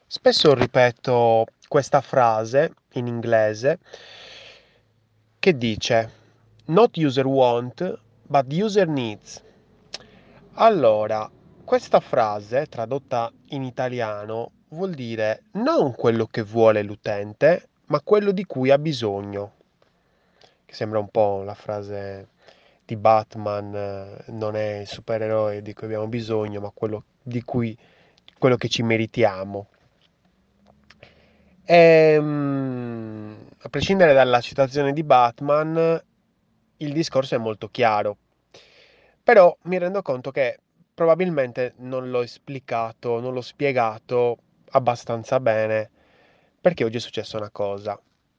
Spesso ripeto questa frase in inglese che dice Not user want, but user needs. Allora, questa frase, tradotta in italiano, vuol dire non quello che vuole l'utente, ma quello di cui ha bisogno. Che sembra un po' la frase di Batman, non è il supereroe di cui abbiamo bisogno, ma quello che ci meritiamo. A prescindere dalla citazione di Batman, il discorso è molto chiaro. Però mi rendo conto che probabilmente non l'ho esplicato, non l'ho spiegato abbastanza bene, perché oggi è successa una cosa.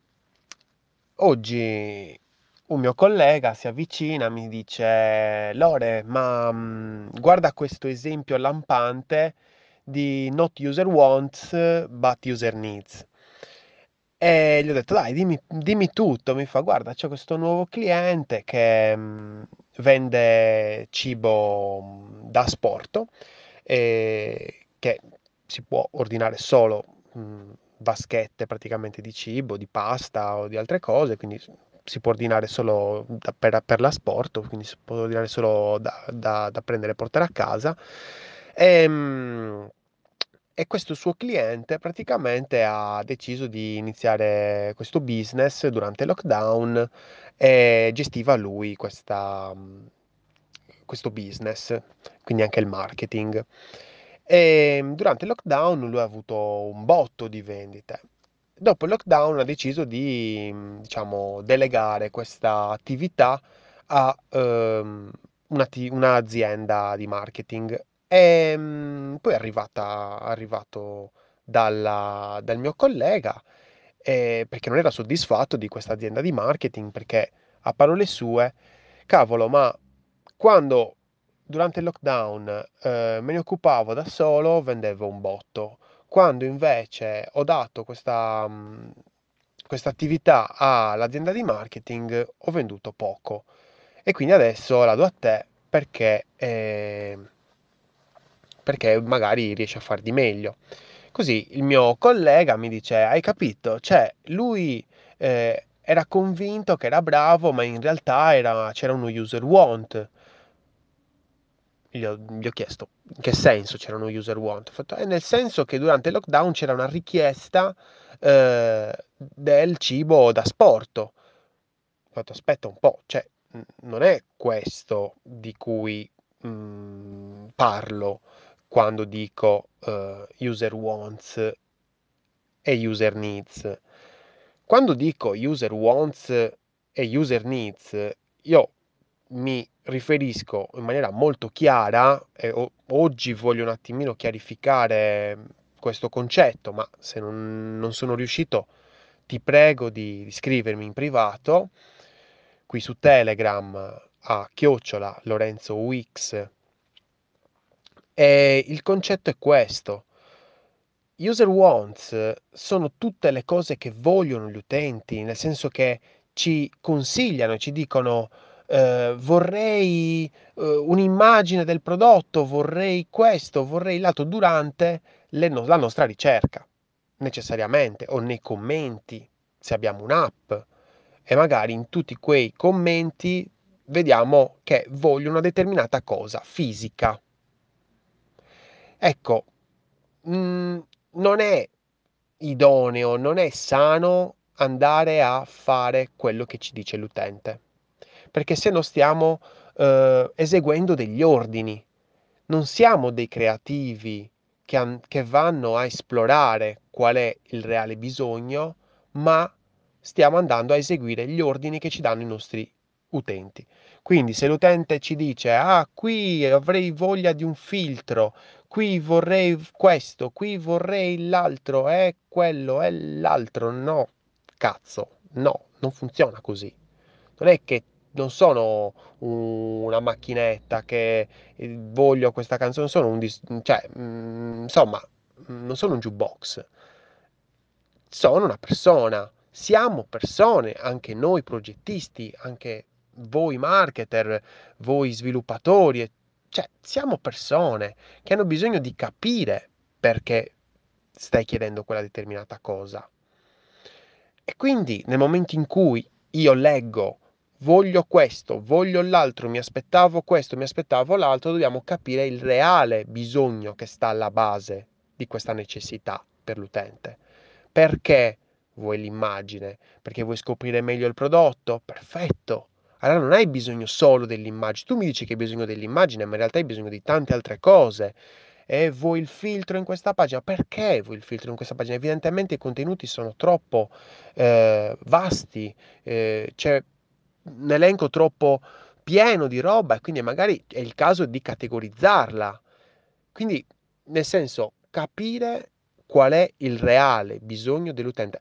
Oggi un mio collega si avvicina, mi dice: Lore, ma guarda questo esempio lampante di not user wants, but user needs. E gli ho detto, dai, dimmi tutto. Mi fa, guarda, c'è questo nuovo cliente che vende cibo da asporto, che si può ordinare solo vaschette praticamente di cibo, di pasta o di altre cose, quindi si può ordinare solo per l'asporto, quindi si può ordinare solo da prendere e portare a casa. E questo suo cliente praticamente ha deciso di iniziare questo business durante il lockdown e gestiva lui questo business, quindi anche il marketing. E durante il lockdown lui ha avuto un botto di vendite. Dopo il lockdown ha deciso di, diciamo, delegare questa attività a un'azienda di marketing. E poi è arrivato dal mio collega perché non era soddisfatto di questa azienda di marketing perché a parole sue, cavolo, ma quando durante il lockdown me ne occupavo da solo, vendevo un botto. Quando invece ho dato questa attività all'azienda di marketing, ho venduto poco. E quindi adesso la do a te perché magari riesci a far di meglio. Così il mio collega mi dice: Hai capito? Cioè, lui era convinto che era bravo, ma in realtà c'era uno user want. Gli ho chiesto in che senso c'era uno user want. Ho fatto, nel senso che durante il lockdown c'era una richiesta del cibo da sporto. Ho fatto, aspetta un po', cioè, non è questo di cui parlo quando dico user wants e user needs. Quando dico user wants e user needs, io mi riferisco in maniera molto chiara, e oggi voglio un attimino chiarificare questo concetto, ma se non sono riuscito, ti prego di scrivermi in privato, qui su Telegram a chiocciola Lorenzo Wix. E il concetto è questo. User wants sono tutte le cose che vogliono gli utenti, nel senso che ci consigliano, ci dicono vorrei un'immagine del prodotto, vorrei questo, vorrei l'altro durante la nostra ricerca, necessariamente, o nei commenti, se abbiamo un'app, e magari in tutti quei commenti vediamo che voglio una determinata cosa fisica. Ecco, non è idoneo, non è sano andare a fare quello che ci dice l'utente, perché se no stiamo eseguendo degli ordini, non siamo dei creativi che vanno a esplorare qual è il reale bisogno, ma stiamo andando a eseguire gli ordini che ci danno i nostri utenti. Quindi se l'utente ci dice, ah, qui avrei voglia di un filtro, qui vorrei questo, qui vorrei l'altro, è quello, è l'altro, no, cazzo, no, non funziona così. Non è che non sono una macchinetta che voglio questa canzone, sono cioè, insomma, non sono un jukebox, sono una persona, siamo persone, anche noi progettisti, anche voi marketer, voi sviluppatori, cioè siamo persone che hanno bisogno di capire perché stai chiedendo quella determinata cosa. E quindi nel momento in cui io leggo, voglio questo, voglio l'altro, mi aspettavo questo, mi aspettavo l'altro, dobbiamo capire il reale bisogno che sta alla base di questa necessità per l'utente. Perché vuoi l'immagine? Perché vuoi scoprire meglio il prodotto? Perfetto. Allora non hai bisogno solo dell'immagine. Tu mi dici che hai bisogno dell'immagine, ma in realtà hai bisogno di tante altre cose. E vuoi il filtro in questa pagina? Perché vuoi il filtro in questa pagina? Evidentemente i contenuti sono troppo vasti, c'è un elenco troppo pieno di roba e quindi magari è il caso di categorizzarla. Quindi, nel senso, capire qual è il reale bisogno dell'utente.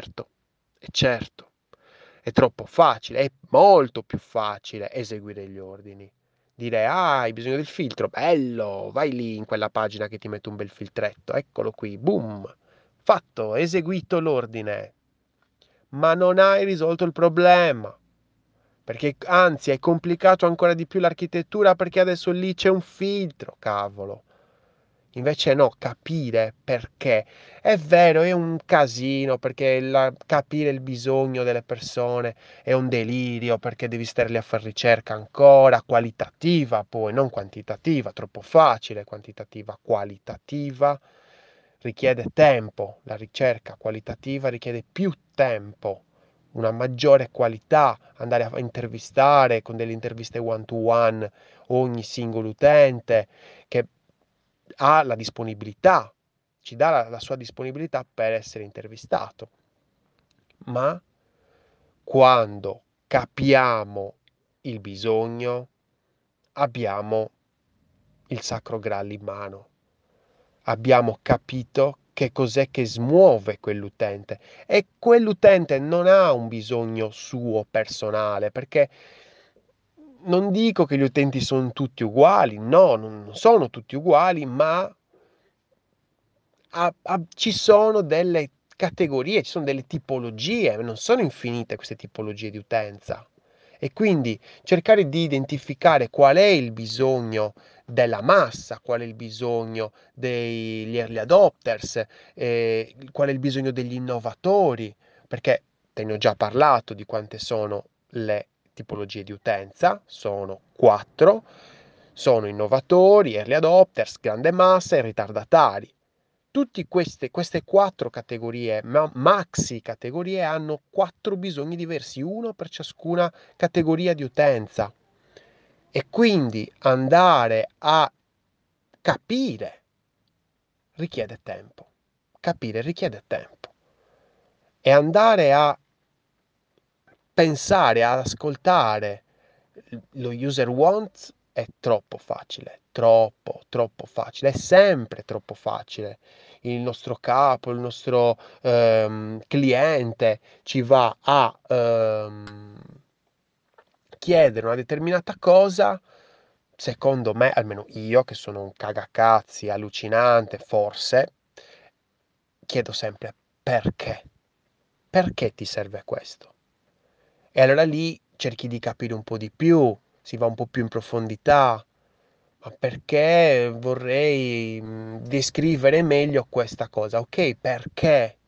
È certo, è troppo facile, è molto più facile eseguire gli ordini. Dire, ah, hai bisogno del filtro, bello, vai lì in quella pagina che ti mette un bel filtretto, eccolo qui, boom, fatto, eseguito l'ordine, ma non hai risolto il problema, perché anzi hai complicato ancora di più l'architettura perché adesso lì c'è un filtro, cavolo. Invece no, capire perché. È vero, è un casino perché capire il bisogno delle persone è un delirio perché devi stare lì a fare ricerca ancora, qualitativa poi, non quantitativa, troppo facile, quantitativa, qualitativa richiede tempo, la ricerca qualitativa richiede più tempo, una maggiore qualità, andare a intervistare con delle interviste one to one ogni singolo utente che ha la disponibilità, ci dà la sua disponibilità per essere intervistato. Ma quando capiamo il bisogno, abbiamo il Sacro Graal in mano. Abbiamo capito che cos'è che smuove quell'utente e quell'utente non ha un bisogno suo personale, perché non dico che gli utenti sono tutti uguali, no, non sono tutti uguali, ma ci sono delle categorie, ci sono delle tipologie, non sono infinite queste tipologie di utenza. E quindi cercare di identificare qual è il bisogno della massa, qual è il bisogno degli early adopters, qual è il bisogno degli innovatori, perché te ne ho già parlato di quante sono le tipologie di utenza, sono quattro, sono innovatori, early adopters, grande massa e ritardatari. Tutte queste quattro categorie, maxi categorie, hanno quattro bisogni diversi, uno per ciascuna categoria di utenza. E quindi andare a capire richiede tempo. Capire richiede tempo. E andare a pensare, ad ascoltare lo user wants è troppo facile, troppo facile, è sempre troppo facile. Il nostro capo, il nostro cliente ci va a chiedere una determinata cosa, secondo me, almeno io che sono un cagacazzi allucinante, forse, chiedo sempre perché? Perché ti serve questo? E allora lì cerchi di capire un po' di più, si va un po' più in profondità, ma perché vorrei descrivere meglio questa cosa? Ok, perché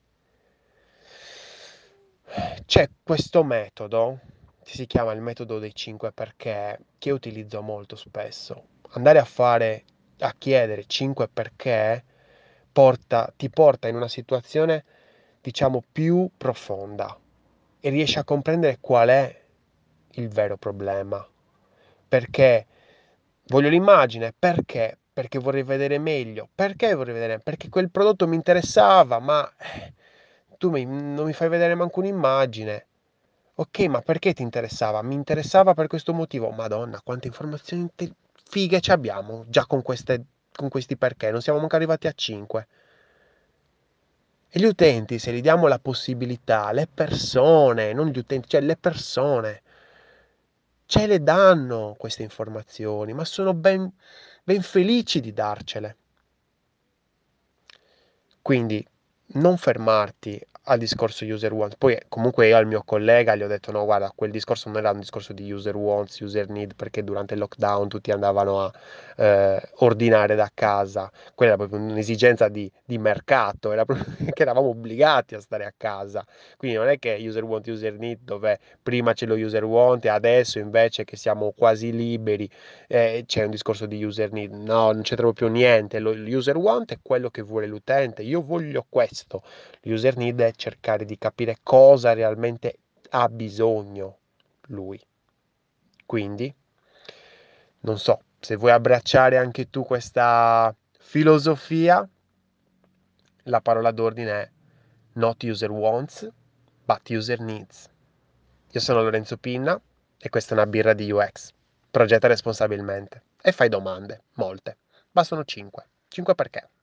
c'è questo metodo, che si chiama il metodo dei 5 perché, che utilizzo molto spesso. Andare a chiedere 5 perché ti porta in una situazione, diciamo, più profonda e riesci a comprendere qual è il vero problema. Perché voglio l'immagine, perché? Perché vorrei vedere meglio. Perché vorrei vedere? Perché quel prodotto mi interessava, ma tu non mi fai vedere manco un'immagine. Ok, ma perché ti interessava? Mi interessava per questo motivo. Madonna, quante informazioni fighe ci abbiamo già con questi perché. Non siamo manco arrivati a 5. E gli utenti, se gli diamo la possibilità, le persone, non gli utenti, cioè le persone, ce le danno queste informazioni, ma sono ben felici di darcele. Quindi non fermarti al discorso user wants. Poi comunque io al mio collega gli ho detto no, guarda, quel discorso non era un discorso di user wants, user need, perché durante il lockdown tutti andavano a ordinare da casa. Quella era proprio un'esigenza di mercato, era proprio che eravamo obbligati a stare a casa. Quindi non è che user want, user need, dove prima c'è lo user want e adesso invece che siamo quasi liberi c'è un discorso di user need. No, non c'è proprio niente. Il user want è quello che vuole l'utente. Io voglio questo. L'user need è cercare di capire cosa realmente ha bisogno lui. Quindi, non so, se vuoi abbracciare anche tu questa filosofia, la parola d'ordine è not user wants, but user needs. Io sono Lorenzo Pinna e questa è una birra di UX. Progetta responsabilmente e fai domande, molte. Bastano 5. 5 perché?